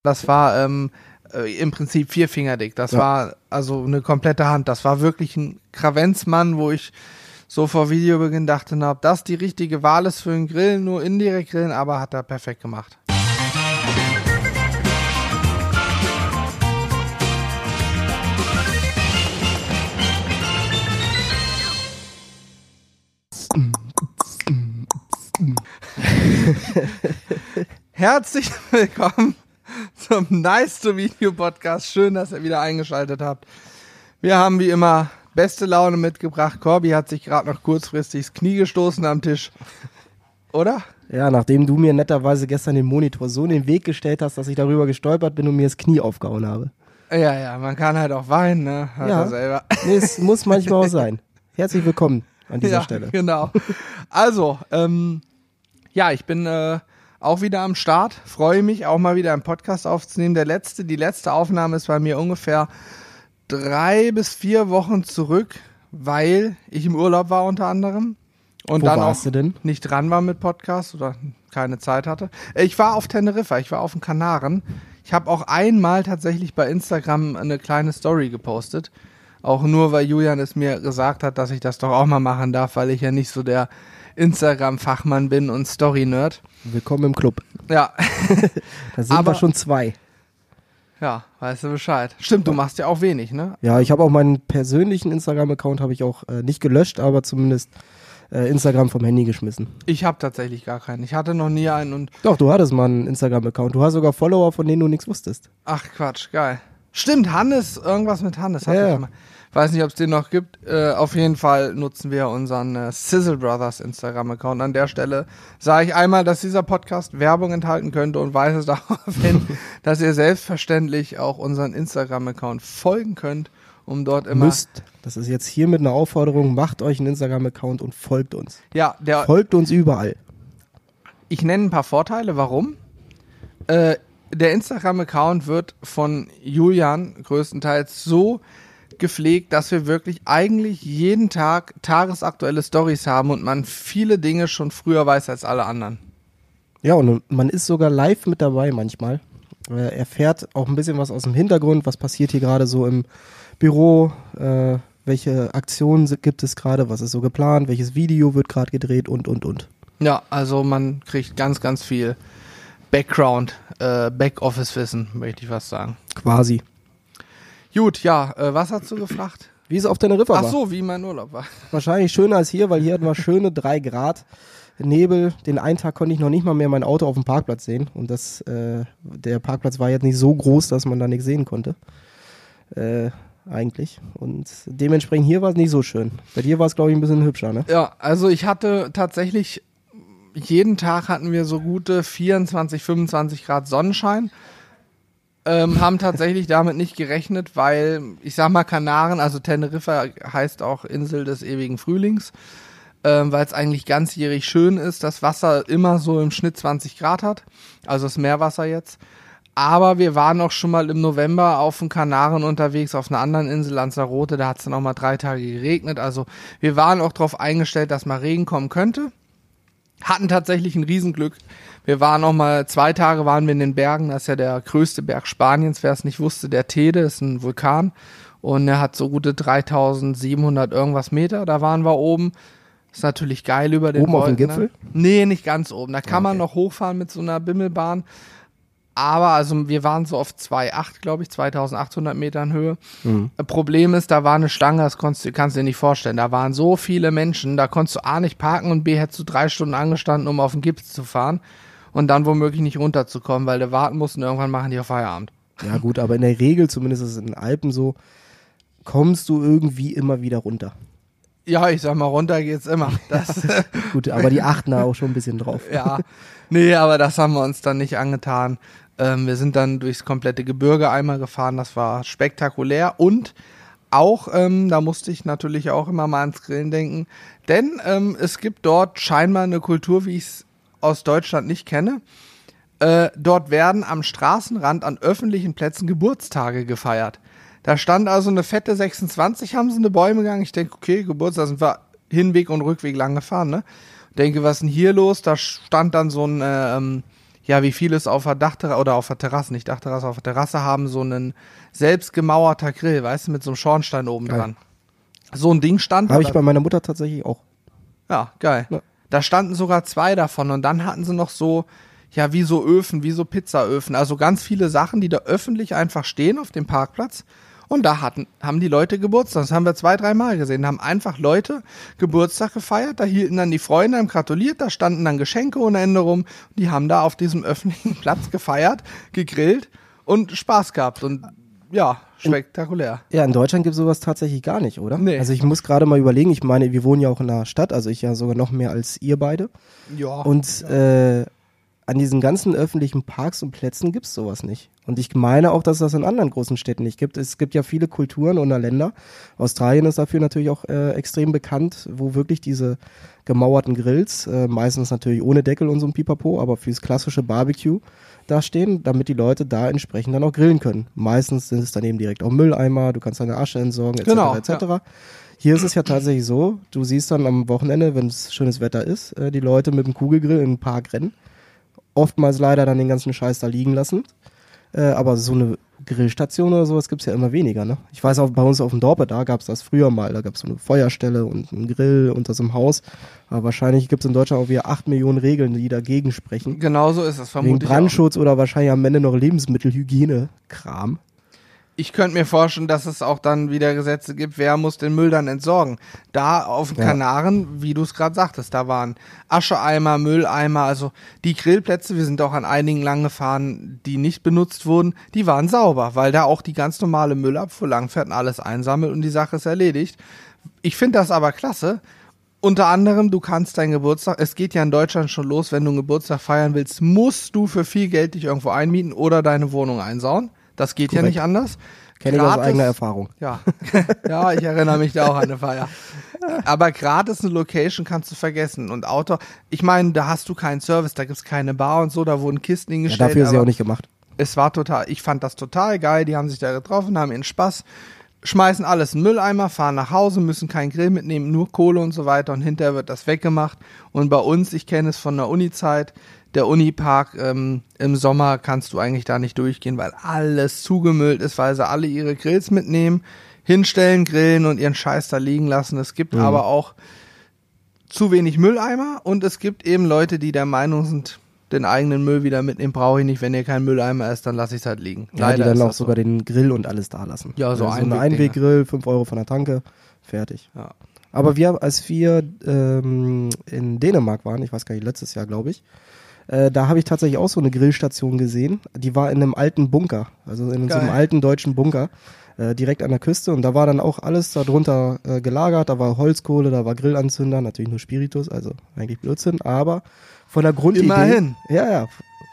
Das war im Prinzip 4 Finger dick. Das war also eine komplette Hand. Das war wirklich ein Kravenzmann, wo ich so vor Videobeginn dachte, na, ob das die richtige Wahl ist für einen Grill, nur indirekt grillen, aber hat er perfekt gemacht. Herzlich willkommen zum Nice to Meet You Podcast. Schön, dass ihr wieder eingeschaltet habt. Wir haben wie immer beste Laune mitgebracht. Corby hat sich gerade noch kurzfristig das Knie gestoßen am Tisch. Oder? Ja, nachdem du mir netterweise gestern den Monitor so in den Weg gestellt hast, dass ich darüber gestolpert bin und mir das Knie aufgehauen habe. Ja, man kann halt auch weinen, ne? Hat ja, er selber. Nee, es muss manchmal auch sein. Herzlich willkommen an dieser Stelle. Genau. Also, ich bin auch wieder am Start. Freue mich auch mal wieder einen Podcast aufzunehmen. Die letzte Aufnahme ist bei mir ungefähr 3 bis 4 Wochen zurück, weil ich im Urlaub war unter anderem. Und Wo dann warst auch du denn? Nicht dran war mit Podcast oder keine Zeit hatte. Ich war auf Teneriffa, ich war auf den Kanaren. Ich habe auch einmal tatsächlich bei Instagram eine kleine Story gepostet. Auch nur, weil Julian es mir gesagt hat, dass ich das doch auch mal machen darf, weil ich ja nicht so der Instagram-Fachmann bin und Story-Nerd. Willkommen im Club. Ja. Da sind wir schon 2. Ja, weißt du Bescheid. Stimmt, du machst ja auch wenig, ne? Ja, ich habe auch meinen persönlichen Instagram-Account habe ich auch nicht gelöscht, aber zumindest Instagram vom Handy geschmissen. Ich habe tatsächlich gar keinen. Ich hatte noch nie einen und... Doch, du hattest mal einen Instagram-Account. Du hast sogar Follower, von denen du nichts wusstest. Ach Quatsch, geil. Stimmt, Hannes, irgendwas mit Hannes hatte ich mal. Weiß nicht, ob es den noch gibt. Auf jeden Fall nutzen wir unseren Sizzle Brothers Instagram-Account. An der Stelle sage ich einmal, dass dieser Podcast Werbung enthalten könnte und weise darauf hin, dass ihr selbstverständlich auch unseren Instagram-Account folgen könnt, um dort immer... Das ist jetzt hier mit einer Aufforderung, macht euch einen Instagram-Account und folgt uns. Ja, folgt uns überall. Ich nenne ein paar Vorteile, warum. Der Instagram-Account wird von Julian größtenteils so gepflegt, dass wir wirklich eigentlich jeden Tag tagesaktuelle Storys haben und man viele Dinge schon früher weiß als alle anderen. Ja, und man ist sogar live mit dabei manchmal. Erfährt auch ein bisschen was aus dem Hintergrund, was passiert hier gerade so im Büro, welche Aktionen gibt es gerade, was ist so geplant, welches Video wird gerade gedreht und. Ja, also man kriegt ganz, ganz viel Background, Backoffice-Wissen, möchte ich fast sagen. Quasi. Gut, ja, was hast du gefragt? Wie es auf Teneriffa war. Ach so, wie mein Urlaub war. Wahrscheinlich schöner als hier, weil hier hatten wir schöne 3 Grad Nebel. Den einen Tag konnte ich noch nicht mal mehr mein Auto auf dem Parkplatz sehen. Und der Parkplatz war jetzt nicht so groß, dass man da nichts sehen konnte. Eigentlich. Und dementsprechend hier war es nicht so schön. Bei dir war es, glaube ich, ein bisschen hübscher, ne? Ja, also ich hatte tatsächlich, jeden Tag hatten wir so gute 24, 25 Grad Sonnenschein. Haben tatsächlich damit nicht gerechnet, weil, ich sag mal, Kanaren, also Teneriffa heißt auch Insel des ewigen Frühlings, weil es eigentlich ganzjährig schön ist, das Wasser immer so im Schnitt 20 Grad hat, also das Meerwasser jetzt. Aber wir waren auch schon mal im November auf den Kanaren unterwegs, auf einer anderen Insel, Lanzarote, da hat es dann auch mal 3 Tage geregnet, also wir waren auch darauf eingestellt, dass mal Regen kommen könnte. Hatten tatsächlich ein Riesenglück. Wir waren noch mal 2 Tage waren wir in den Bergen. Das ist ja der größte Berg Spaniens. Wer es nicht wusste, der Teide ist ein Vulkan. Und er hat so gute 3700 irgendwas Meter. Da waren wir oben. Ist natürlich geil über den Oben Wolken, auf dem Gipfel? Ne? Nee, nicht ganz oben. Da kann man noch hochfahren mit so einer Bimmelbahn. Aber also wir waren so auf 2,8, glaube ich, 2800 Metern Höhe. Problem ist, da war eine Stange, das kannst du dir nicht vorstellen. Da waren so viele Menschen, da konntest du A nicht parken und B hättest du 3 Stunden angestanden, um auf den Gipfel zu fahren und dann womöglich nicht runterzukommen, weil du warten musst und irgendwann machen die auf Feierabend. Ja gut, aber in der Regel, zumindest ist es in den Alpen so, kommst du irgendwie immer wieder runter. Ja, ich sag mal, runter geht's immer. Das gut, aber die achten da auch schon ein bisschen drauf. Ja, nee, aber das haben wir uns dann nicht angetan. Wir sind dann durchs komplette Gebirge einmal gefahren, das war spektakulär und auch, da musste ich natürlich auch immer mal ans Grillen denken, denn es gibt dort scheinbar eine Kultur, wie ich es aus Deutschland nicht kenne. Dort werden am Straßenrand an öffentlichen Plätzen Geburtstage gefeiert. Da stand also eine fette 26, haben sie eine Bäume gegangen. Ich denke, okay, Geburtstag, sind wir Hinweg und Rückweg lang gefahren, ne? Denke, was ist denn hier los? Da stand dann so ein ja, wie viele es auf der Dachterrasse, oder auf der Terrasse, nicht Dachterrasse, auf der Terrasse haben, so einen selbst gemauerter Grill, weißt du, mit so einem Schornstein oben dran. So ein Ding stand da. Habe ich bei meiner Mutter tatsächlich auch. Ja, geil. Ja. Da standen sogar 2 davon und dann hatten sie noch so, ja, wie so Öfen, wie so Pizzaöfen. Also ganz viele Sachen, die da öffentlich einfach stehen auf dem Parkplatz. Und da haben die Leute Geburtstag. Das haben wir 2-3 Mal gesehen. Da haben einfach Leute Geburtstag gefeiert. Da hielten dann die Freunde, haben gratuliert. Da standen dann Geschenke ohne Ende rum. Die haben da auf diesem öffentlichen Platz gefeiert, gegrillt und Spaß gehabt. Und ja, spektakulär. Ja, in Deutschland gibt es sowas tatsächlich gar nicht, oder? Nee. Also ich muss gerade mal überlegen, ich meine, wir wohnen ja auch in einer Stadt, also ich ja sogar noch mehr als ihr beide. Ja. Und an diesen ganzen öffentlichen Parks und Plätzen gibt es sowas nicht. Und ich meine auch, dass das in anderen großen Städten nicht gibt. Es gibt ja viele Kulturen oder Länder. Australien ist dafür natürlich auch extrem bekannt, wo wirklich diese gemauerten Grills, meistens natürlich ohne Deckel und so ein Pipapo, aber fürs klassische Barbecue da stehen, damit die Leute da entsprechend dann auch grillen können. Meistens sind es dann eben direkt auch Mülleimer, du kannst deine Asche entsorgen, etc. Genau, etc. Ja. Hier ist es ja tatsächlich so, du siehst dann am Wochenende, wenn es schönes Wetter ist, die Leute mit dem Kugelgrill in den Park rennen. Oftmals leider dann den ganzen Scheiß da liegen lassen. Aber so eine Grillstation oder sowas gibt's ja immer weniger, ne? Ich weiß auch, bei uns auf dem Dorpe, da gab's das früher mal. Da gab's so eine Feuerstelle und einen Grill unter so einem Haus. Aber wahrscheinlich gibt's in Deutschland auch wieder 8 Millionen Regeln, die dagegen sprechen. Genau so ist es, vermutlich. Wegen Brandschutz oder wahrscheinlich am Ende noch Lebensmittelhygiene-Kram. Ich könnte mir vorstellen, dass es auch dann wieder Gesetze gibt, wer muss den Müll dann entsorgen. Da auf den Kanaren, wie du es gerade sagtest, da waren Ascheeimer, Mülleimer, also die Grillplätze, wir sind auch an einigen lang gefahren, die nicht benutzt wurden, die waren sauber, weil da auch die ganz normale Müllabfuhr langfährt und alles einsammelt und die Sache ist erledigt. Ich finde das aber klasse. Unter anderem, du kannst deinen Geburtstag, es geht ja in Deutschland schon los, wenn du einen Geburtstag feiern willst, musst du für viel Geld dich irgendwo einmieten oder deine Wohnung einsauen. Das geht ja nicht anders. Kenne ich aus eigener Erfahrung. Ja. Ja, ich erinnere mich da auch an eine Feier. Aber gratis eine Location kannst du vergessen. Und Outdoor, ich meine, da hast du keinen Service, da gibt's keine Bar und so, da wurden Kisten hingestellt. Ja, dafür ist sie auch nicht gemacht. Es war ich fand das total geil, die haben sich da getroffen, haben ihren Spaß, schmeißen alles in den Mülleimer, fahren nach Hause, müssen keinen Grill mitnehmen, nur Kohle und so weiter und hinterher wird das weggemacht. Und bei uns, ich kenne es von der Uni-Zeit, der Unipark, im Sommer kannst du eigentlich da nicht durchgehen, weil alles zugemüllt ist, weil sie alle ihre Grills mitnehmen, hinstellen, grillen und ihren Scheiß da liegen lassen. Es gibt aber auch zu wenig Mülleimer und es gibt eben Leute, die der Meinung sind, den eigenen Müll wieder mitnehmen brauche ich nicht, wenn hier kein Mülleimer ist, dann lasse ich es halt liegen. Ja, Leider die dann ist auch das sogar so. den Grill und alles da lassen. Ja, so ein Einweggrill, 5 Euro von der Tanke, fertig. Ja. Aber als wir in Dänemark waren, ich weiß gar nicht, letztes Jahr, glaube ich, da habe ich tatsächlich auch so eine Grillstation gesehen. Die war in einem alten Bunker, also in so einem alten deutschen Bunker, direkt an der Küste. Und da war dann auch alles darunter gelagert. Da war Holzkohle, da war Grillanzünder, natürlich nur Spiritus, also eigentlich Blödsinn. Aber von der Grundidee... Immerhin. Ja.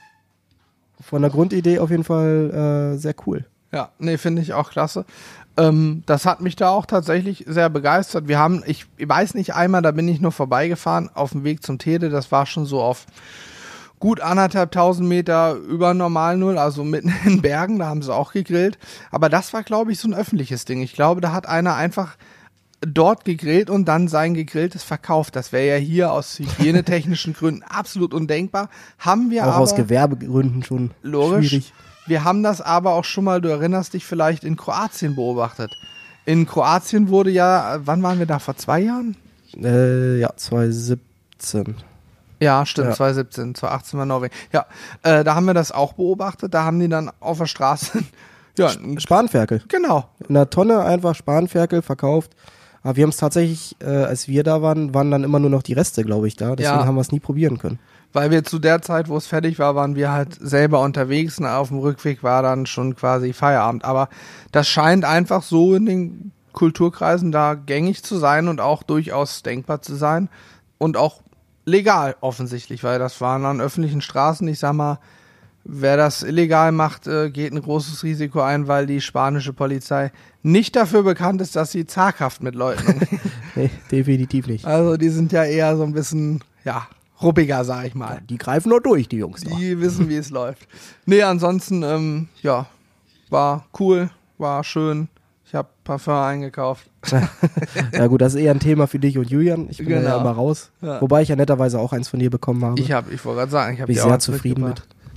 Von der Grundidee auf jeden Fall sehr cool. Ja, nee, finde ich auch klasse. Das hat mich da auch tatsächlich sehr begeistert. Ich weiß nicht, einmal, da bin ich nur vorbeigefahren auf dem Weg zum Tede. Das war schon so auf gut 1.500 Meter über Normalnull, also mitten in Bergen, da haben sie auch gegrillt. Aber das war, glaube ich, so ein öffentliches Ding. Ich glaube, da hat einer einfach dort gegrillt und dann sein Gegrilltes verkauft. Das wäre ja hier aus hygienetechnischen Gründen absolut undenkbar. Haben wir auch aber... aus Gewerbegründen schon logisch. Schwierig. Wir haben das aber auch schon mal, du erinnerst dich vielleicht, in Kroatien beobachtet. In Kroatien wurde ja, wann waren wir da, vor 2 Jahren? Ja, 2017. Ja, stimmt, Ja. 2017, 2018 war Norwegen. Ja, da haben wir das auch beobachtet. Da haben die dann auf der Straße, ja, Spanferkel. genau. In einer Tonne einfach Spanferkel verkauft. Aber wir haben es tatsächlich, als wir da waren dann immer nur noch die Reste, glaube ich, da. Deswegen Ja. haben wir es nie probieren können. Weil wir zu der Zeit, wo es fertig war, waren wir halt selber unterwegs und auf dem Rückweg war dann schon quasi Feierabend. Aber das scheint einfach so in den Kulturkreisen da gängig zu sein und auch durchaus denkbar zu sein und auch legal offensichtlich, weil das waren an öffentlichen Straßen. Ich sag mal, wer das illegal macht, geht ein großes Risiko ein, weil die spanische Polizei nicht dafür bekannt ist, dass sie zaghaft mit Leuten umgeht. Nee, definitiv nicht. Also die sind ja eher so ein bisschen, ja, ruppiger, sag ich mal. Die greifen nur durch, die Jungs. Die wissen, wie es läuft. Nee, ansonsten, ja, war cool, war schön. Ich habe Parfum eingekauft. Ja gut, das ist eher ein Thema für dich und Julian. Ich bin da ja Genau. immer raus. Ja. Wobei ich ja netterweise auch eins von dir bekommen habe. Ich wollte gerade sagen, ich habe Bin ich dir auch sehr eins zufrieden mitgebracht.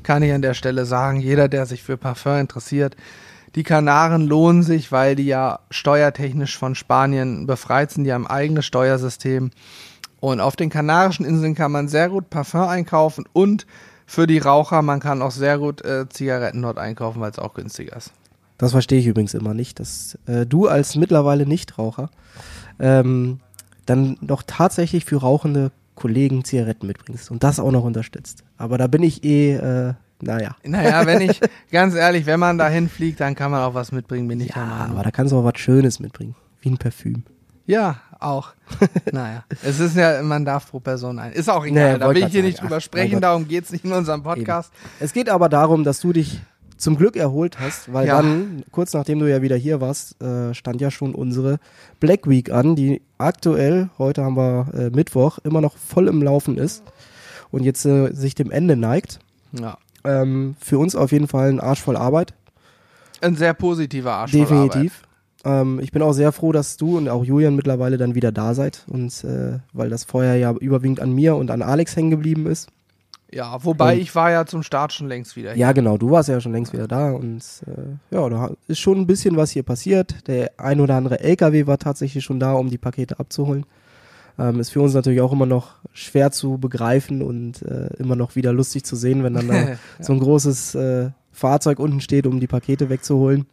kann ich an der Stelle sagen, jeder, der sich für Parfum interessiert, die Kanaren lohnen sich, weil die ja steuertechnisch von Spanien befreit sind, die haben ein eigenes Steuersystem. Und auf den Kanarischen Inseln kann man sehr gut Parfum einkaufen und für die Raucher, man kann auch sehr gut Zigaretten dort einkaufen, weil es auch günstiger ist. Das verstehe ich übrigens immer nicht, dass du als mittlerweile Nichtraucher dann doch tatsächlich für rauchende Kollegen Zigaretten mitbringst und das auch noch unterstützt. Aber da bin ich naja, ganz ehrlich, wenn man dahin fliegt, dann kann man auch was mitbringen, bin ich der Meinung. Aber da kannst du auch was Schönes mitbringen, wie ein Parfüm. Ja, auch. Naja, es ist ja, man darf pro Person ein. Ist auch egal, da will ich hier nicht drüber sprechen, darum geht's nicht in unserem Podcast. Eben. Es geht aber darum, dass du dich zum Glück erholt hast, weil dann, kurz nachdem du ja wieder hier warst, stand ja schon unsere Black Week an, die aktuell, heute haben wir Mittwoch, immer noch voll im Laufen ist und jetzt sich dem Ende neigt. Ja. Für uns auf jeden Fall ein Arsch voll Arbeit. Ein sehr positiver Arsch voll Definitiv. Ich bin auch sehr froh, dass du und auch Julian mittlerweile dann wieder da seid und weil das vorher ja überwiegend an mir und an Alex hängen geblieben ist. Ja, wobei ich war ja zum Start schon längst wieder hier. Ja, genau, du warst ja schon längst wieder da und da ist schon ein bisschen was hier passiert. Der ein oder andere LKW war tatsächlich schon da, um die Pakete abzuholen. Ist für uns natürlich auch immer noch schwer zu begreifen und immer noch wieder lustig zu sehen, wenn dann da so ein großes Fahrzeug unten steht, um die Pakete wegzuholen.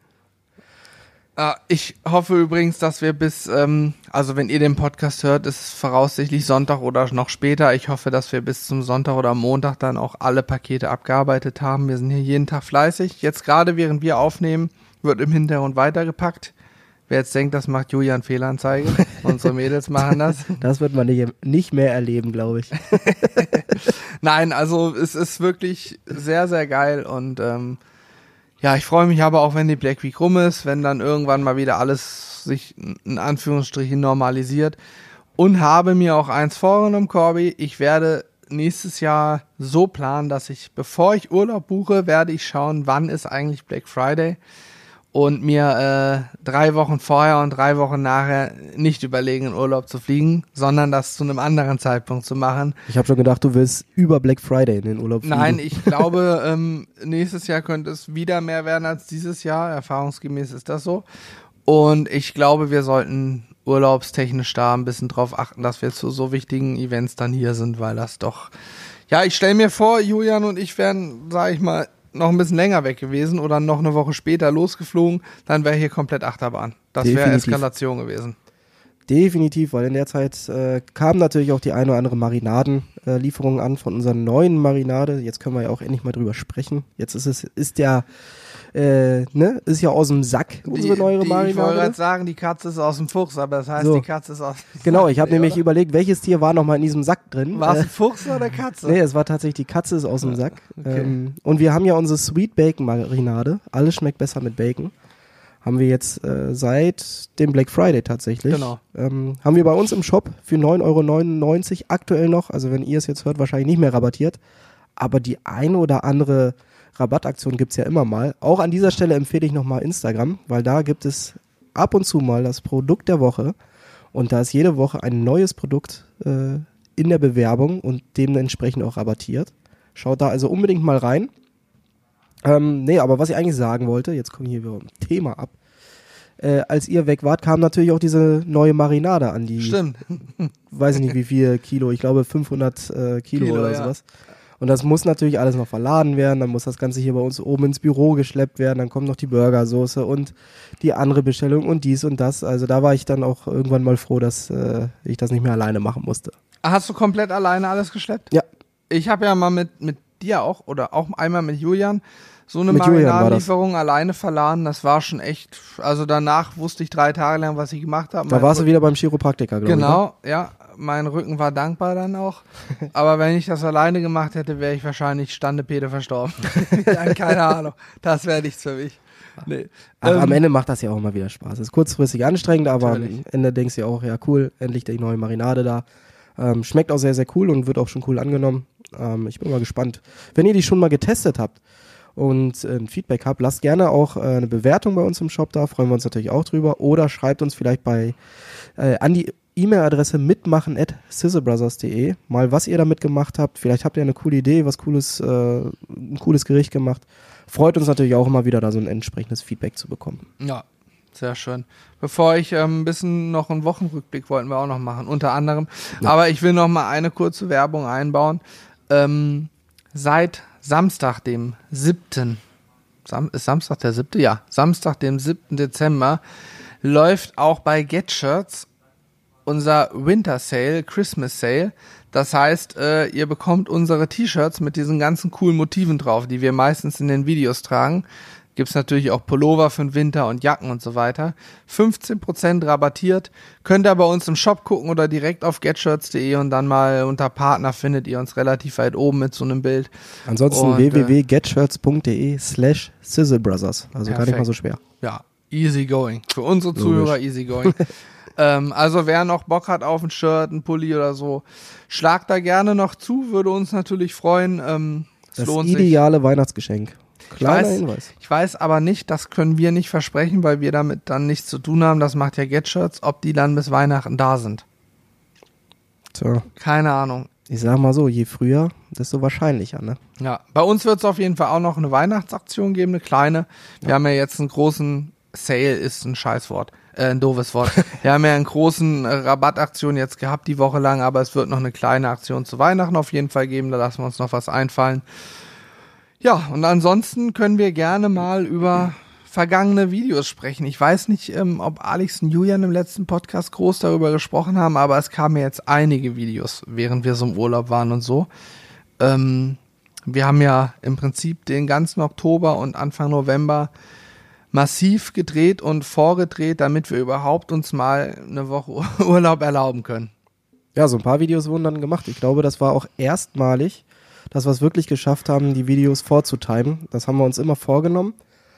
Ich hoffe übrigens, dass wir also wenn ihr den Podcast hört, ist es voraussichtlich Sonntag oder noch später. Ich hoffe, dass wir bis zum Sonntag oder Montag dann auch alle Pakete abgearbeitet haben. Wir sind hier jeden Tag fleißig. Jetzt gerade, während wir aufnehmen, wird im Hintergrund weitergepackt. Wer jetzt denkt, das macht Julian Fehlanzeige, unsere Mädels machen das. Das wird man nicht mehr erleben, glaube ich. Nein, also es ist wirklich sehr, sehr geil und ich freue mich aber auch, wenn die Black Week rum ist, wenn dann irgendwann mal wieder alles sich in Anführungsstrichen normalisiert und habe mir auch eins vorgenommen, Corby, ich werde nächstes Jahr so planen, dass ich, bevor ich Urlaub buche, werde ich schauen, wann ist eigentlich Black Friday und mir 3 Wochen vorher und 3 Wochen nachher nicht überlegen, in Urlaub zu fliegen, sondern das zu einem anderen Zeitpunkt zu machen. Ich habe schon gedacht, du willst über Black Friday in den Urlaub fliegen. Nein, ich glaube, nächstes Jahr könnte es wieder mehr werden als dieses Jahr. Erfahrungsgemäß ist das so. Und ich glaube, wir sollten urlaubstechnisch da ein bisschen drauf achten, dass wir zu so wichtigen Events dann hier sind, weil das doch... Ja, ich stelle mir vor, Julian und ich wären, sage ich mal, noch ein bisschen länger weg gewesen oder noch eine Woche später losgeflogen, dann wäre hier komplett Achterbahn. Das wäre Eskalation gewesen. Definitiv, weil in der Zeit kamen natürlich auch die ein oder andere Marinadenlieferungen an von unserer neuen Marinade. Jetzt können wir ja auch endlich mal drüber sprechen. Jetzt ist ja aus dem Sack, unsere neue Marinade. Ich wollte gerade sagen, die Katze ist aus dem Fuchs, aber das heißt, so. Die Katze ist aus dem Sack. Genau, ich habe nämlich überlegt, welches Tier war nochmal in diesem Sack drin. War es ein Fuchs oder Katze? Nee, es war tatsächlich die Katze ist aus dem Sack. Okay. Und wir haben ja unsere Sweet Bacon Marinade. Alles schmeckt besser mit Bacon. Haben wir jetzt seit dem Black Friday tatsächlich. Genau. Haben wir bei uns im Shop für 9,99 € aktuell noch. Also wenn ihr es jetzt hört, wahrscheinlich nicht mehr rabattiert. Aber die eine oder andere Rabattaktion gibt es ja immer mal. Auch an dieser Stelle empfehle ich nochmal Instagram, weil da gibt es ab und zu mal das Produkt der Woche. Und da ist jede Woche ein neues Produkt in der Bewerbung und dementsprechend auch rabattiert. Schaut da also unbedingt mal rein. Aber was ich eigentlich sagen wollte, jetzt kommen wir hier wieder ein Thema ab. Als ihr weg wart, kam natürlich auch diese neue Marinade an. Die, stimmt. Weiß ich nicht wie viel Kilo, ich glaube 500 Kilo oder sowas. Und das muss natürlich alles noch verladen werden, dann muss das Ganze hier bei uns oben ins Büro geschleppt werden, dann kommt noch die Burgersoße und die andere Bestellung und dies und das. Also da war ich dann auch irgendwann mal froh, dass ich das nicht mehr alleine machen musste. Hast du komplett alleine alles geschleppt? Ja. Ich habe ja mal mit dir auch oder auch einmal mit Julian so eine Marinadenlieferung alleine verladen. Das war schon echt, also danach wusste ich 3 Tage lang, was ich gemacht habe. Da warst du wieder beim Chiropraktiker, glaube ich. Genau, ja. Mein Rücken war dankbar dann auch. Aber wenn ich das alleine gemacht hätte, wäre ich wahrscheinlich Standepede verstorben. Keine Ahnung. Das wäre nichts für mich. Nee. Am Ende macht das ja auch immer wieder Spaß. Es ist kurzfristig anstrengend, aber natürlich. Am Ende denkst du ja auch, ja cool, endlich die neue Marinade da. Schmeckt auch sehr, sehr cool und wird auch schon cool angenommen. Ich bin mal gespannt. Wenn ihr die schon mal getestet habt und ein Feedback habt, lasst gerne auch eine Bewertung bei uns im Shop da, freuen wir uns natürlich auch drüber. Oder schreibt uns vielleicht an die E-Mail-Adresse mitmachen@sizzlebrothers.de. Mal, was ihr damit gemacht habt. Vielleicht habt ihr eine coole Idee, ein cooles Gericht gemacht. Freut uns natürlich auch immer wieder, da so ein entsprechendes Feedback zu bekommen. Ja, sehr schön. Bevor ich ein bisschen noch einen Wochenrückblick wollten wir auch noch machen, unter anderem. Ja. Aber ich will noch mal eine kurze Werbung einbauen. Seit Samstag, dem 7. Ist Samstag der 7.? Ja, Samstag, dem 7. Dezember läuft auch bei GetShirts unser Winter Sale, Christmas Sale. Das heißt, ihr bekommt unsere T-Shirts mit diesen ganzen coolen Motiven drauf, die wir meistens in den Videos tragen. Gibt's natürlich auch Pullover für den Winter und Jacken und so weiter. 15% rabattiert. Könnt ihr bei uns im Shop gucken oder direkt auf getshirts.de und dann mal unter Partner findet ihr uns relativ weit oben mit so einem Bild. Ansonsten www.getshirts.de/sizzlebrothers. Also gar nicht mal so schwer. Ja, easy going. Für unsere Zuhörer easy going. Also wer noch Bock hat auf ein Shirt, ein Pulli oder so, schlagt da gerne noch zu, würde uns natürlich freuen. Das ideale Weihnachtsgeschenk. Kleiner Hinweis. Ich weiß aber nicht, das können wir nicht versprechen, weil wir damit dann nichts zu tun haben. Das macht ja GetShirts, ob die dann bis Weihnachten da sind. Tja. Keine Ahnung. Ich sag mal so, je früher, desto wahrscheinlicher, ne? Ja, bei uns wird es auf jeden Fall auch noch eine Weihnachtsaktion geben, eine kleine. Wir haben ja jetzt einen großen Sale, ist ein Scheißwort, ein doofes Wort. Wir haben ja einen großen Rabattaktion jetzt gehabt die Woche lang, aber es wird noch eine kleine Aktion zu Weihnachten auf jeden Fall geben, da lassen wir uns noch was einfallen. Ja, und ansonsten können wir gerne mal über vergangene Videos sprechen. Ich weiß nicht, ob Alex und Julian im letzten Podcast groß darüber gesprochen haben, aber es kamen jetzt einige Videos, während wir so im Urlaub waren und so. Wir haben ja im Prinzip den ganzen Oktober und Anfang November massiv gedreht und vorgedreht, damit wir überhaupt uns mal eine Woche Urlaub erlauben können. Ja, so ein paar Videos wurden dann gemacht. Ich glaube, das war auch erstmalig, dass wir es wirklich geschafft haben, die Videos vorzutimen. Das haben wir uns immer vorgenommen.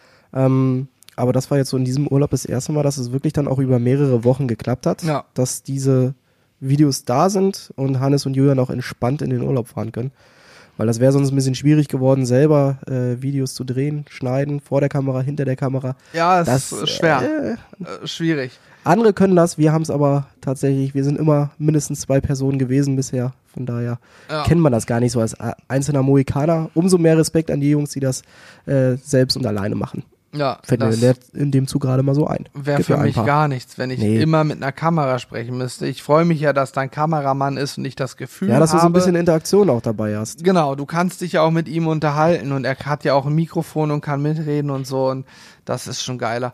Aber das war jetzt so in diesem Urlaub das erste Mal, dass es wirklich dann auch über mehrere Wochen geklappt hat, ja, dass diese Videos da sind und Hannes und Julian auch entspannt in den Urlaub fahren können. Weil das wäre sonst ein bisschen schwierig geworden, selber Videos zu drehen, schneiden, vor der Kamera, hinter der Kamera. Ja, das ist schwer. Schwierig. Andere können das, wir haben es aber tatsächlich, wir sind immer mindestens 2 Personen gewesen bisher. Von daher kennt man das gar nicht so als einzelner Mohikaner. Umso mehr Respekt an die Jungs, die das selbst und alleine machen. Ja, fällt mir in dem Zug gerade mal so ein. Wäre für mich gar nichts, wenn ich immer mit einer Kamera sprechen müsste. Ich freue mich ja, dass dein Kameramann ist und ich das Gefühl habe. Ja, dass du so ein bisschen Interaktion auch dabei hast. Genau, du kannst dich ja auch mit ihm unterhalten und er hat ja auch ein Mikrofon und kann mitreden und so und das ist schon geiler.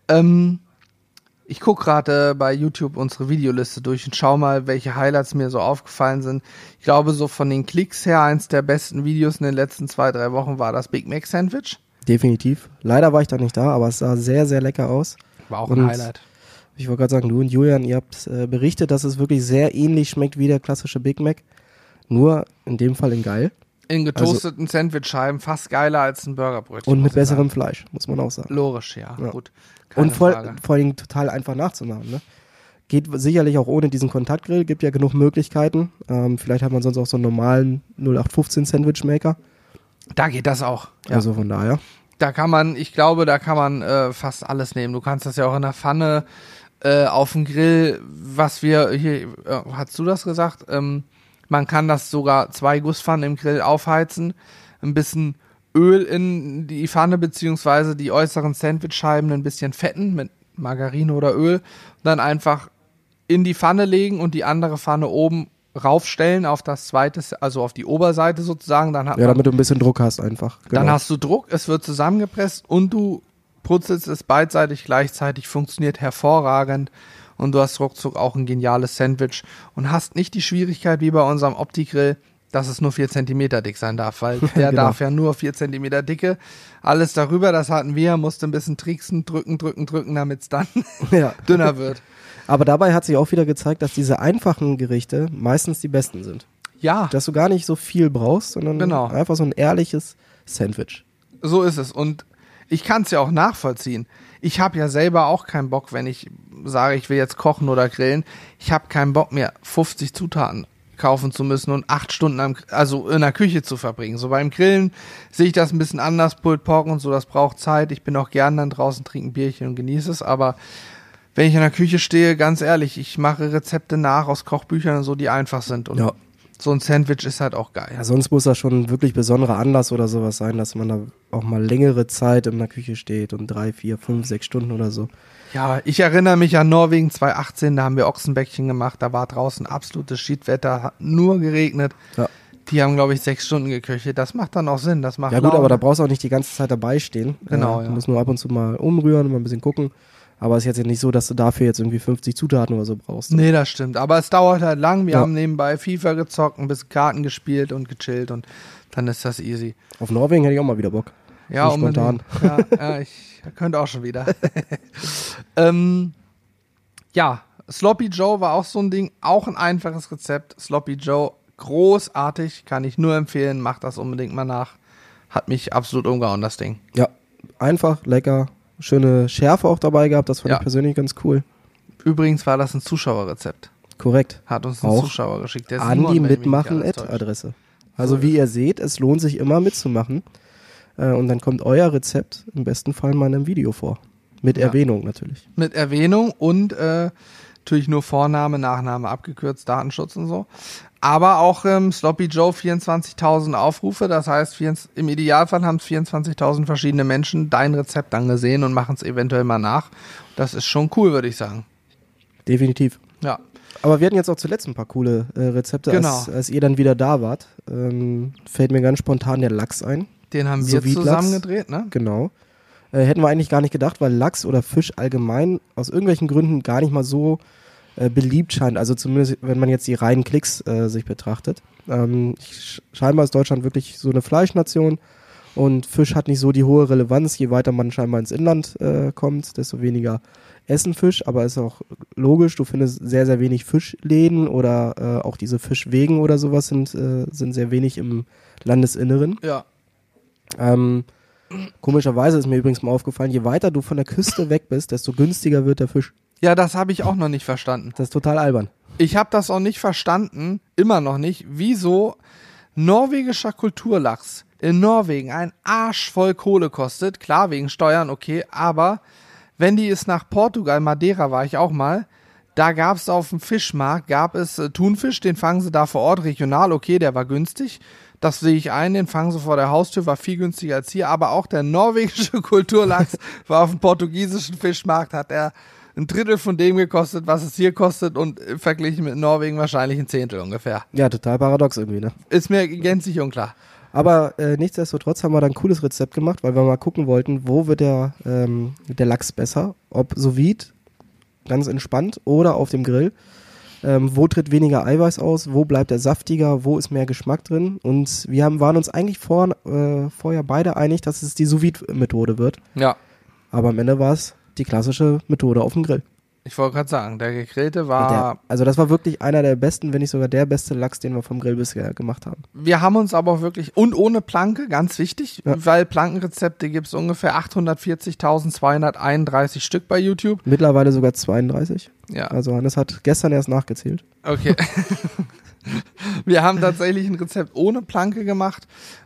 Ich gucke gerade bei YouTube unsere Videoliste durch und schau mal, welche Highlights mir so aufgefallen sind. Ich glaube, so von den Klicks her, eins der besten Videos in den letzten 2-3 Wochen war das Big Mac Sandwich. Definitiv. Leider war ich da nicht da, aber es sah sehr, sehr lecker aus. War auch ein Highlight. Ich wollte gerade sagen, du und Julian, ihr habt berichtet, dass es wirklich sehr ähnlich schmeckt wie der klassische Big Mac. Nur in dem Fall in geil. In getoasteten Sandwichscheiben, fast geiler als ein Burgerbrötchen. Und mit besserem Fleisch, muss man auch sagen. Logisch, ja. Gut. Und vor allen Dingen total einfach nachzumachen. Ne? Geht sicherlich auch ohne diesen Kontaktgrill, gibt ja genug Möglichkeiten. Vielleicht hat man sonst auch so einen normalen 0815 Sandwichmaker. Da geht das auch. Ja. Also von daher. Da kann man fast alles nehmen. Du kannst das ja auch in der Pfanne, auf dem Grill, was wir hier, hast du das gesagt? Man kann das sogar 2 Gusspfannen im Grill aufheizen, ein bisschen Öl in die Pfanne beziehungsweise die äußeren Sandwichscheiben ein bisschen fetten mit Margarine oder Öl und dann einfach in die Pfanne legen und die andere Pfanne oben raufstellen auf das zweite, also auf die Oberseite sozusagen. Dann damit du ein bisschen Druck hast einfach. Genau. Dann hast du Druck, es wird zusammengepresst und du brutzelst es beidseitig gleichzeitig, funktioniert hervorragend und du hast ruckzuck auch ein geniales Sandwich und hast nicht die Schwierigkeit wie bei unserem Opti-Grill, dass es nur 4 Zentimeter dick sein darf, weil der genau. darf ja nur 4 Zentimeter Dicke. Alles darüber, das hatten wir, musste ein bisschen tricksen, drücken, damit es dann dünner wird. Aber dabei hat sich auch wieder gezeigt, dass diese einfachen Gerichte meistens die besten sind. Ja. Dass du gar nicht so viel brauchst, sondern einfach so ein ehrliches Sandwich. So ist es und ich kann es ja auch nachvollziehen. Ich habe ja selber auch keinen Bock, wenn ich sage, ich will jetzt kochen oder grillen. Ich habe keinen Bock mehr, 50 Zutaten kaufen zu müssen und 8 Stunden in der Küche zu verbringen. So beim Grillen sehe ich das ein bisschen anders, Pulled Pork und so, das braucht Zeit. Ich bin auch gern dann draußen, trinke ein Bierchen und genieße es, aber wenn ich in der Küche stehe, ganz ehrlich, ich mache Rezepte nach aus Kochbüchern und so, die einfach sind. Und Ja. so ein Sandwich ist halt auch geil. Ja, sonst muss das schon ein wirklich besonderer Anlass oder sowas sein, dass man da auch mal längere Zeit in der Küche steht und 3, 4, 5, 6 Stunden oder so. Ja, ich erinnere mich an Norwegen 2018, da haben wir Ochsenbäckchen gemacht, da war draußen absolutes Schiedwetter, hat nur geregnet. Ja. Die haben, glaube ich, 6 Stunden geköchelt. Das macht dann auch Sinn. Das macht Ja gut, Laune. aber da brauchst du auch nicht die ganze Zeit dabei stehen. Genau, Du ja. musst nur ab und zu mal umrühren und mal ein bisschen gucken. Aber es ist jetzt nicht so, dass du dafür jetzt irgendwie 50 Zutaten oder so brauchst. Nee, das stimmt. Aber es dauert halt lang. Wir Ja. haben nebenbei FIFA gezockt, ein bisschen Karten gespielt und gechillt und dann ist das easy. Auf Norwegen hätte ich auch mal wieder Bock. Ja, So spontan. unbedingt. Ja, ich könnte auch schon wieder. Ja, Sloppy Joe war auch so ein Ding. Auch ein einfaches Rezept. Sloppy Joe, großartig. Kann ich nur empfehlen. Macht das unbedingt mal nach. Hat mich absolut umgehauen, das Ding. Ja, einfach, lecker. Schöne Schärfe auch dabei gehabt. Das fand Ja. ich persönlich ganz cool. Übrigens war das ein Zuschauerrezept. Korrekt. Hat uns ein Auch Zuschauer geschickt. Der An Simon, die wenn mich nicht Mitmachen alles täuscht. Adresse. Also wie ihr seht, es lohnt sich immer mitzumachen. Und dann kommt euer Rezept im besten Fall mal in einem Video vor. Mit Ja. Erwähnung natürlich. Mit Erwähnung und natürlich nur Vorname, Nachname abgekürzt, Datenschutz und so. Aber auch Sloppy Joe 24.000 Aufrufe. Das heißt, im Idealfall haben es 24.000 verschiedene Menschen dein Rezept angesehen und machen es eventuell mal nach. Das ist schon cool, würde ich sagen. Definitiv. Ja. Aber wir hatten jetzt auch zuletzt ein paar coole Rezepte, Genau. als ihr dann wieder da wart. Fällt mir ganz spontan der Lachs ein. Den haben wir Sous-Vide-Lachs. zusammen gedreht, ne? Genau. Hätten wir eigentlich gar nicht gedacht, weil Lachs oder Fisch allgemein aus irgendwelchen Gründen gar nicht mal so beliebt scheint. Also zumindest, wenn man jetzt die reinen Klicks sich betrachtet. Scheinbar ist Deutschland wirklich so eine Fleischnation und Fisch hat nicht so die hohe Relevanz. Je weiter man scheinbar ins Inland kommt, desto weniger essen Fisch. Aber ist auch logisch, du findest sehr, sehr wenig Fischläden oder auch diese Fischwegen oder sowas sind sehr wenig im Landesinneren. Ja. Komischerweise ist mir übrigens mal aufgefallen, je weiter du von der Küste weg bist, desto günstiger wird der Fisch. Ja, das habe ich auch noch nicht verstanden. Das ist total albern. Ich habe das auch nicht verstanden, immer noch nicht, wieso norwegischer Kulturlachs in Norwegen ein Arsch voll Kohle kostet. Klar, wegen Steuern, okay, aber wenn die es nach Portugal, Madeira war ich auch mal, da gab es auf dem Fischmarkt, Thunfisch, den fangen sie da vor Ort regional, okay, der war günstig. Das sehe ich ein, den fangen sie vor der Haustür, war viel günstiger als hier, aber auch der norwegische Kulturlachs war auf dem portugiesischen Fischmarkt, hat er ein Drittel von dem gekostet, was es hier kostet und verglichen mit Norwegen wahrscheinlich ein Zehntel ungefähr. Ja, total paradox irgendwie, ne? Ist mir gänzlich unklar. Aber nichtsdestotrotz haben wir da ein cooles Rezept gemacht, weil wir mal gucken wollten, wo wird der Lachs besser, ob sous vide, ganz entspannt, oder auf dem Grill. Wo tritt weniger Eiweiß aus, wo bleibt er saftiger, wo ist mehr Geschmack drin. Und wir waren uns eigentlich vorher beide einig, dass es die sous vide Methode wird. Ja, Aber am Ende war es die klassische Methode auf dem Grill. ich wollte gerade sagen, der gegrillte Und war... also das war wirklich einer der besten, wenn nicht sogar der beste Lachs, den wir vom Grill bisher gemacht haben. Wir haben uns aber auch wirklich, und ohne Planke, ganz wichtig, Ja. weil Plankenrezepte gibt es ungefähr 840.231 Stück bei YouTube. Mittlerweile sogar 32. Ja, Also Hannes hat gestern erst nachgezählt. okay. Wir haben tatsächlich ein Rezept ohne Planke gemacht.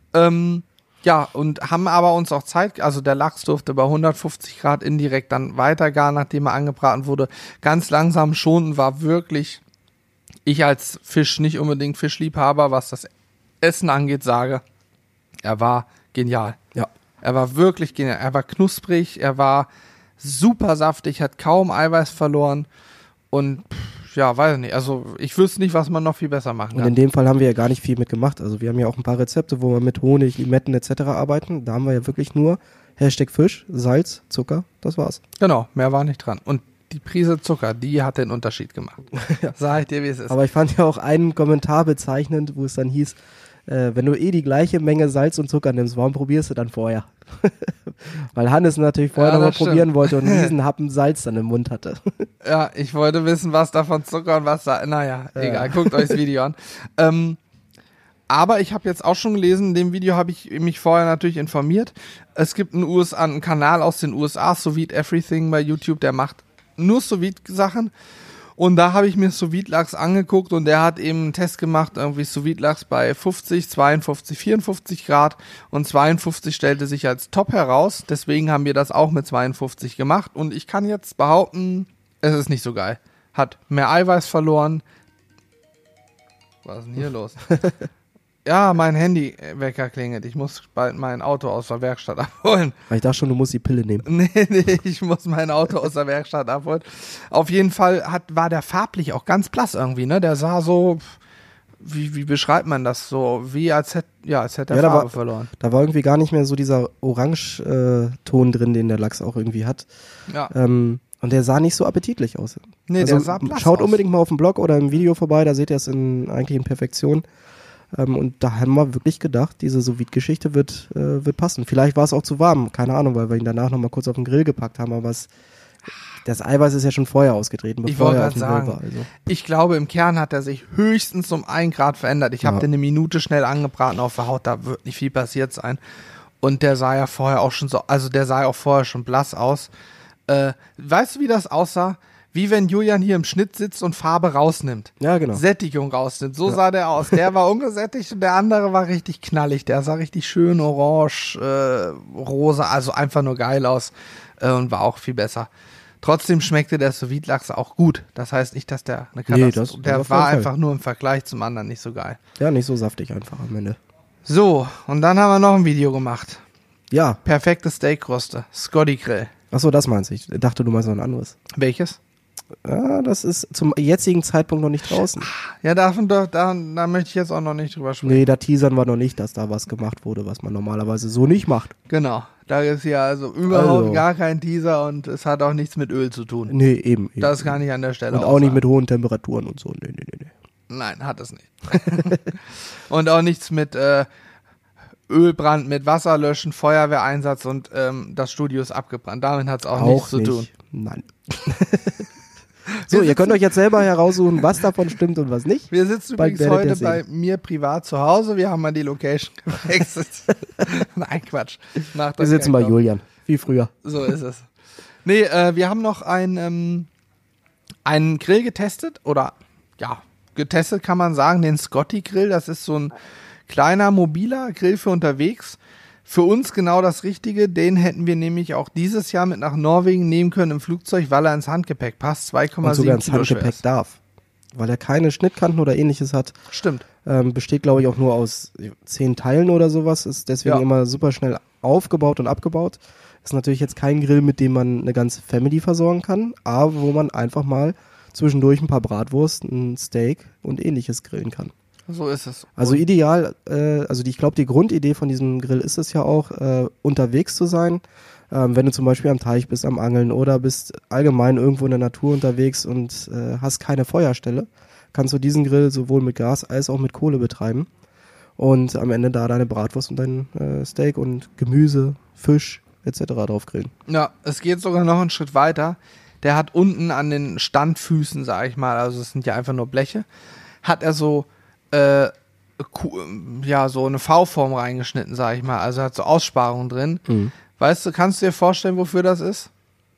Ja, und haben aber uns auch Zeit, also der Lachs durfte bei 150 Grad indirekt dann weitergaren, nachdem er angebraten wurde. Ganz langsam schonen war wirklich, ich als Fisch, nicht unbedingt Fischliebhaber, was das Essen angeht, sage, er war genial. Ja. Er war wirklich genial. Er war knusprig, er war super saftig, hat kaum Eiweiß verloren und ja, weiß nicht. Also ich wüsste nicht, was man noch viel besser machen Und kann. in dem Fall haben wir ja gar nicht viel mitgemacht. Also wir haben ja auch ein paar Rezepte, wo wir mit Honig, Limetten etc. arbeiten. Da haben wir ja wirklich nur Hashtag Fisch, Salz, Zucker, das war's. Genau, mehr war nicht dran. Und die Prise Zucker, die hat den Unterschied gemacht. Sag ich dir, wie es ist. Aber ich fand ja auch einen Kommentar bezeichnend, wo es dann hieß, wenn du die gleiche Menge Salz und Zucker nimmst, warum probierst du dann vorher? Weil Hannes natürlich vorher Ja, nochmal das stimmt. probieren wollte und einen riesen Happen Salz dann im Mund hatte. Ja, ich wollte wissen, was davon Zucker und was da. Naja, egal, guckt euch das Video an. Aber ich habe jetzt auch schon gelesen, in dem Video habe ich mich vorher natürlich informiert. Es gibt einen Kanal aus den USA, Sous Vide Everything bei YouTube, der macht nur Sous Vide Sachen. Und da habe ich mir Sous Vide Lachs angeguckt und der hat eben einen Test gemacht, irgendwie Sous Vide Lachs bei 50, 52, 54 Grad und 52 stellte sich als top heraus. Deswegen haben wir das auch mit 52 gemacht und ich kann jetzt behaupten, Es ist nicht so geil. Hat mehr Eiweiß verloren. Was ist denn hier los? Ja, mein Handywecker klingelt. Ich muss bald mein Auto aus der Werkstatt abholen. Ich dachte schon, du musst die Pille nehmen. Nee, ich muss mein Auto aus der Werkstatt abholen. Auf jeden Fall war der farblich auch ganz blass irgendwie, ne? Der sah so, wie beschreibt man das so? Wie als hätte er Farbe verloren. Da war irgendwie gar nicht mehr so dieser Orange-Ton drin, den der Lachs auch irgendwie hat. Ja. Und der sah nicht so appetitlich aus. Nee, also, der sah blass schaut aus. unbedingt mal auf dem Blog oder im Video vorbei, da seht ihr es eigentlich in Perfektion. Und da haben wir wirklich gedacht, diese Sous-Vide-Geschichte wird passen. Vielleicht war es auch zu warm, keine Ahnung, weil wir ihn danach nochmal kurz auf den Grill gepackt haben, aber das Eiweiß ist ja schon vorher ausgetreten, Ich bevor wollte er auf gerade dem Grill sagen, war. Also. ich glaube, im Kern hat er sich höchstens um 1 Grad verändert. Ich habe den eine Minute schnell angebraten auf der Haut, da wird nicht viel passiert sein. Und der sah ja vorher auch schon schon blass aus. Weißt du, wie das aussah? Wie wenn Julian hier im Schnitt sitzt und Farbe rausnimmt. Ja, genau. Sättigung rausnimmt. So sah der aus. Der war ungesättigt und der andere war richtig knallig. Der sah richtig schön orange, rosa, also einfach nur geil aus und war auch viel besser. Trotzdem schmeckte der Sous-Vide-Lachs auch gut. Das heißt nicht, dass der eine Katastrophe der war einfach nur im Vergleich zum anderen nicht so geil. Ja, nicht so saftig einfach am Ende. So, und dann haben wir noch ein Video gemacht. Ja. Perfekte Steakkruste. Scotty Grill. Achso, das meinst du. Ich dachte, du meinst noch ein anderes. Welches? Ja, das ist zum jetzigen Zeitpunkt noch nicht draußen. Ja, da möchte ich jetzt auch noch nicht drüber sprechen. Nee, da teasern wir noch nicht, dass da was gemacht wurde, was man normalerweise so nicht macht. Genau. Da ist ja also überhaupt gar kein Teaser und es hat auch nichts mit Öl zu tun. Nee, eben. Das kann ich an der Stelle und auch nicht mit hohen Temperaturen und so. Nee. Nein, hat es nicht. Und auch nichts mit Ölbrand, mit Wasserlöschen, Feuerwehreinsatz und das Studio ist abgebrannt. Damit hat es auch nichts zu tun. Nein. So, ihr könnt euch jetzt selber heraussuchen, was davon stimmt und was nicht. Wir sitzen übrigens heute bei mir privat zu Hause. Wir haben mal die Location gewechselt. Nein, Quatsch. Wir sitzen bei Julian, wie früher. So ist es. Nee, wir haben noch einen Grill getestet. Oder, ja, getestet kann man sagen, den Scotty Grill. Das ist so ein kleiner, mobiler Grill für unterwegs. Für uns genau das Richtige, den hätten wir nämlich auch dieses Jahr mit nach Norwegen nehmen können im Flugzeug, weil er ins Handgepäck passt, 2,7 und sogar ins Kilo Handgepäck darf, weil er keine Schnittkanten oder ähnliches hat. Stimmt. Besteht, glaube ich, auch nur aus 10 Teilen oder sowas, ist deswegen immer super schnell aufgebaut und abgebaut. Ist natürlich jetzt kein Grill, mit dem man eine ganze Family versorgen kann, aber wo man einfach mal zwischendurch ein paar Bratwurst, ein Steak und ähnliches grillen kann. So ist es. Also ideal, ich glaube, die Grundidee von diesem Grill ist es ja auch, unterwegs zu sein. Wenn du zum Beispiel am Teich bist, am Angeln oder bist allgemein irgendwo in der Natur unterwegs und hast keine Feuerstelle, kannst du diesen Grill sowohl mit Gas als auch mit Kohle betreiben und am Ende da deine Bratwurst und dein Steak und Gemüse, Fisch etc. drauf grillen. Ja, es geht sogar noch einen Schritt weiter. Der hat unten an den Standfüßen, sag ich mal, also es sind ja einfach nur Bleche, hat er so so eine V-Form reingeschnitten, sag ich mal. Also hat so Aussparungen drin. Mhm. Weißt du, kannst du dir vorstellen, wofür das ist?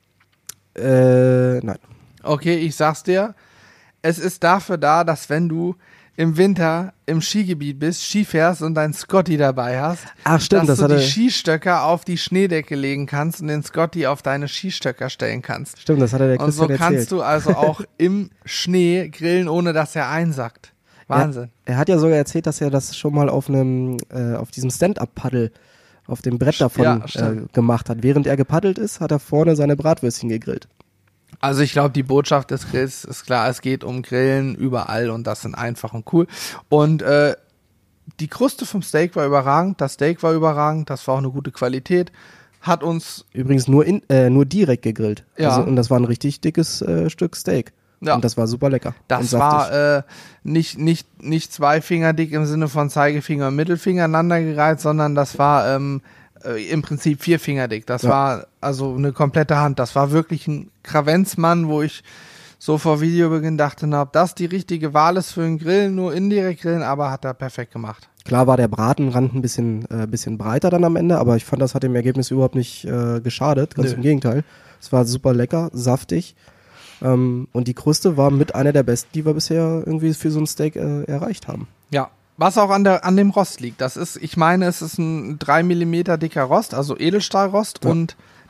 Nein. Okay, ich sag's dir. Es ist dafür da, dass wenn du im Winter im Skigebiet bist, Ski fährst und deinen Scotty dabei hast, ach, stimmt, dass du die Skistöcker auf die Schneedecke legen kannst und den Scotty auf deine Skistöcker stellen kannst. Stimmt, das hat der Christian erzählt. Und so kannst du also auch im Schnee grillen, ohne dass er einsackt. Wahnsinn. Er hat ja sogar erzählt, dass er das schon mal auf diesem Stand-Up-Paddel auf dem Brett davon gemacht hat. Während er gepaddelt ist, hat er vorne seine Bratwürstchen gegrillt. Also ich glaube, die Botschaft des Grills ist klar, es geht um Grillen überall und das sind einfach und cool. Und die Kruste vom Steak war überragend, das Steak war überragend, das war auch eine gute Qualität. Hat uns übrigens nur direkt gegrillt. Ja. Also, und das war ein richtig dickes Stück Steak. Ja. Und das war super lecker. Das war nicht 2 Finger dick im Sinne von Zeigefinger und Mittelfinger aneinandergereiht, sondern das war im Prinzip 4 Finger dick. Das war also eine komplette Hand. Das war wirklich ein Kravenzmann, wo ich so vor Videobeginn dachte, ob das die richtige Wahl ist für einen Grill, nur indirekt grillen, aber hat er perfekt gemacht. Klar war der Bratenrand ein bisschen breiter dann am Ende, aber ich fand, das hat dem Ergebnis überhaupt nicht geschadet. Ganz im Gegenteil. Es war super lecker, saftig. Und die Kruste war mit einer der besten, die wir bisher irgendwie für so ein Steak erreicht haben. Ja, was auch an dem Rost liegt. Das ist, ich meine, es ist ein 3 mm dicker Rost, also Edelstahlrost und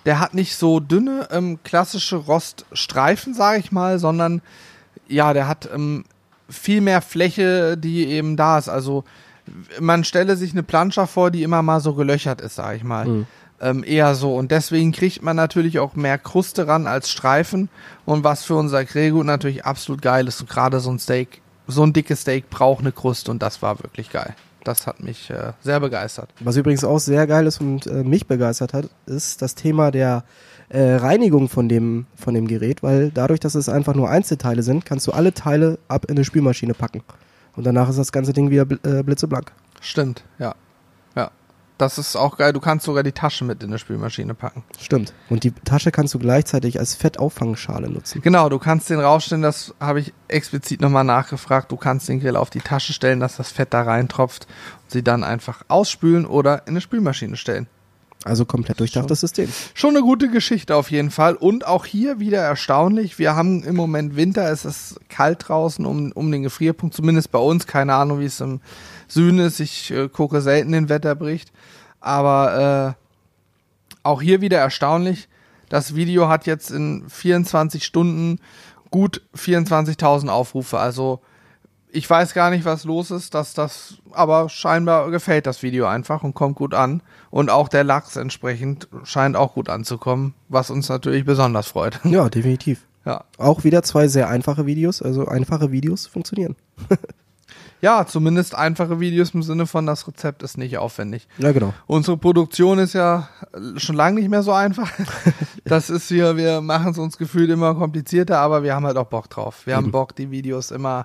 der hat nicht so dünne, klassische Roststreifen, sage ich mal, sondern ja, der hat viel mehr Fläche, die eben da ist. Also man stelle sich eine Plansche vor, die immer mal so gelöchert ist, sage ich mal. Eher so. Und deswegen kriegt man natürlich auch mehr Kruste ran als Streifen. Und was für unser Grillgut natürlich absolut geil ist. Und gerade so ein Steak, so ein dickes Steak braucht eine Kruste und das war wirklich geil. Das hat mich sehr begeistert. Was übrigens auch sehr geil ist und mich begeistert hat, ist das Thema der Reinigung von dem Gerät, weil dadurch, dass es einfach nur Einzelteile sind, kannst du alle Teile ab in eine Spülmaschine packen. Und danach ist das ganze Ding wieder blitzeblank. Stimmt, ja. Ja. Das ist auch geil. Du kannst sogar die Tasche mit in eine Spülmaschine packen. Stimmt. Und die Tasche kannst du gleichzeitig als Fettauffangschale nutzen. Genau, du kannst den rausstellen, das habe ich explizit nochmal nachgefragt. Du kannst den Grill auf die Tasche stellen, dass das Fett da reintropft und sie dann einfach ausspülen oder in eine Spülmaschine stellen. Also komplett durchdachtes System. Schon eine gute Geschichte auf jeden Fall. Und auch hier wieder erstaunlich. Wir haben im Moment Winter, es ist kalt draußen um den Gefrierpunkt, zumindest bei uns. Keine Ahnung, wie es im Süden ist. Ich gucke selten den Wetterbericht. Aber auch hier wieder erstaunlich. Das Video hat jetzt in 24 Stunden gut 24.000 Aufrufe. Also ich weiß gar nicht, was los ist, aber scheinbar gefällt das Video einfach und kommt gut an. Und auch der Lachs entsprechend scheint auch gut anzukommen, was uns natürlich besonders freut. Ja, definitiv. Ja. Auch wieder 2 sehr einfache Videos, also einfache Videos funktionieren. Ja, zumindest einfache Videos im Sinne von, das Rezept ist nicht aufwendig. Ja, genau. Unsere Produktion ist ja schon lange nicht mehr so einfach. Das ist hier, wir machen es uns gefühlt immer komplizierter, aber wir haben halt auch Bock drauf. Wir haben Bock, die Videos immer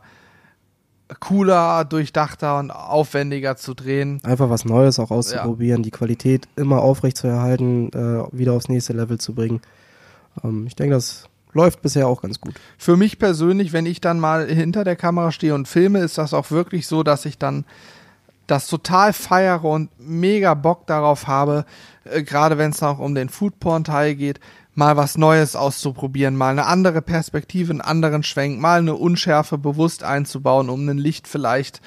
cooler, durchdachter und aufwendiger zu drehen. Einfach was Neues auch auszuprobieren, die Qualität immer aufrecht zu erhalten, wieder aufs nächste Level zu bringen. Ich denke, das läuft bisher auch ganz gut. Für mich persönlich, wenn ich dann mal hinter der Kamera stehe und filme, ist das auch wirklich so, dass ich dann das total feiere und mega Bock darauf habe, gerade wenn es auch um den Foodporn-Teil geht, mal was Neues auszuprobieren, mal eine andere Perspektive, einen anderen Schwenk, mal eine Unschärfe bewusst einzubauen, um ein Licht vielleicht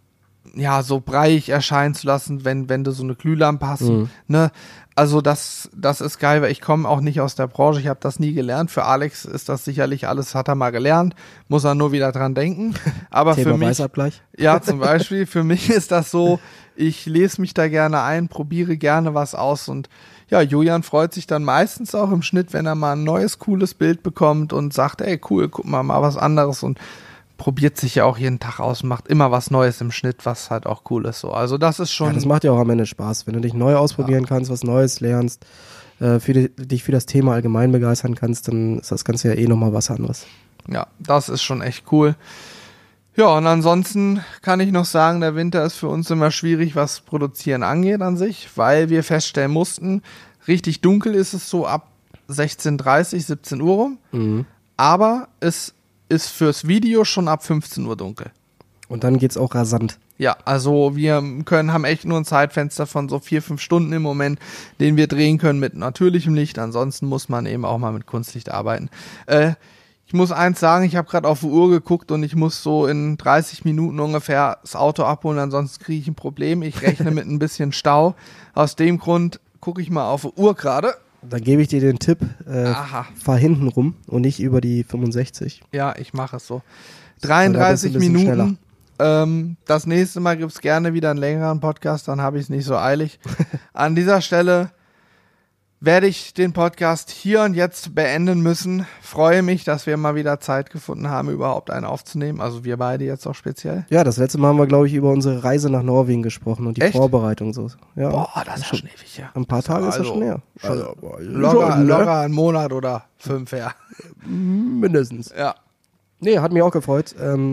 ja so breiig erscheinen zu lassen, wenn du so eine Glühlampe hast. Ne? Also das ist geil, weil ich komme auch nicht aus der Branche, ich habe das nie gelernt. Für Alex ist das sicherlich alles, hat er mal gelernt, muss er nur wieder dran denken. Aber Thema für mich, Weißabgleich. ja zum Beispiel, für mich ist das so, ich lese mich da gerne ein, probiere gerne was aus und ja, Julian freut sich dann meistens auch im Schnitt, wenn er mal ein neues, cooles Bild bekommt und sagt, ey cool, guck mal was anderes und probiert sich ja auch jeden Tag aus und macht immer was Neues im Schnitt, was halt auch cool ist. So. Also das ist schon... Ja, das macht ja auch am Ende Spaß, wenn du dich neu ausprobieren kannst, was Neues lernst, dich für das Thema allgemein begeistern kannst, dann ist das Ganze ja eh nochmal was anderes. Ja, das ist schon echt cool. Ja, und ansonsten kann ich noch sagen, der Winter ist für uns immer schwierig, was Produzieren angeht an sich, weil wir feststellen mussten, richtig dunkel ist es so ab 16:30, 17 Uhr rum, aber es ist fürs Video schon ab 15 Uhr dunkel. Und dann geht's auch rasant. Ja, also wir haben echt nur ein Zeitfenster von so 4-5 Stunden im Moment, den wir drehen können mit natürlichem Licht, ansonsten muss man eben auch mal mit Kunstlicht arbeiten. Ich muss eins sagen, ich habe gerade auf die Uhr geguckt und ich muss so in 30 Minuten ungefähr das Auto abholen, ansonsten kriege ich ein Problem. Ich rechne mit ein bisschen Stau. Aus dem Grund gucke ich mal auf die Uhr gerade. Da gebe ich dir den Tipp, fahr hinten rum und nicht über die 65. Ja, ich mache es so. 33 Minuten. Das nächste Mal gibt es gerne wieder einen längeren Podcast, dann habe ich es nicht so eilig. An dieser Stelle werde ich den Podcast hier und jetzt beenden müssen. Freue mich, dass wir mal wieder Zeit gefunden haben, überhaupt einen aufzunehmen. Also wir beide jetzt auch speziell. Ja, das letzte Mal haben wir, glaube ich, über unsere Reise nach Norwegen gesprochen und die Echt? Vorbereitung so. Ja. Boah, das ist ja schon ewig, ja. Ein paar Tage ist das schon her. Locker einen Monat oder 5 her. Mindestens. Ja. Nee, hat mich auch gefreut.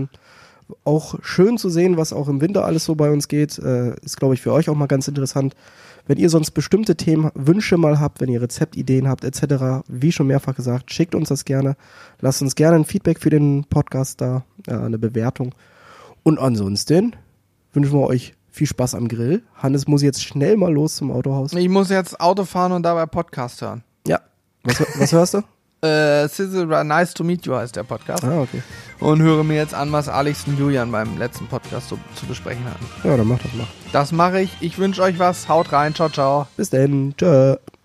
Auch schön zu sehen, was auch im Winter alles so bei uns geht. Ist, glaube ich, für euch auch mal ganz interessant. Wenn ihr sonst bestimmte Wünsche mal habt, wenn ihr Rezeptideen habt etc., wie schon mehrfach gesagt, schickt uns das gerne. Lasst uns gerne ein Feedback für den Podcast da, eine Bewertung. Und ansonsten wünschen wir euch viel Spaß am Grill. Hannes muss jetzt schnell mal los zum Autohaus. Ich muss jetzt Auto fahren und dabei Podcast hören. Ja. Was hörst du? Sizzle, Nice to Meet You heißt der Podcast. Ah, okay. Und höre mir jetzt an, was Alex und Julian beim letzten Podcast so zu besprechen hatten. Ja, dann mach das mal. Das mache ich. Ich wünsche euch was. Haut rein. Ciao, ciao. Bis dann. Tschö.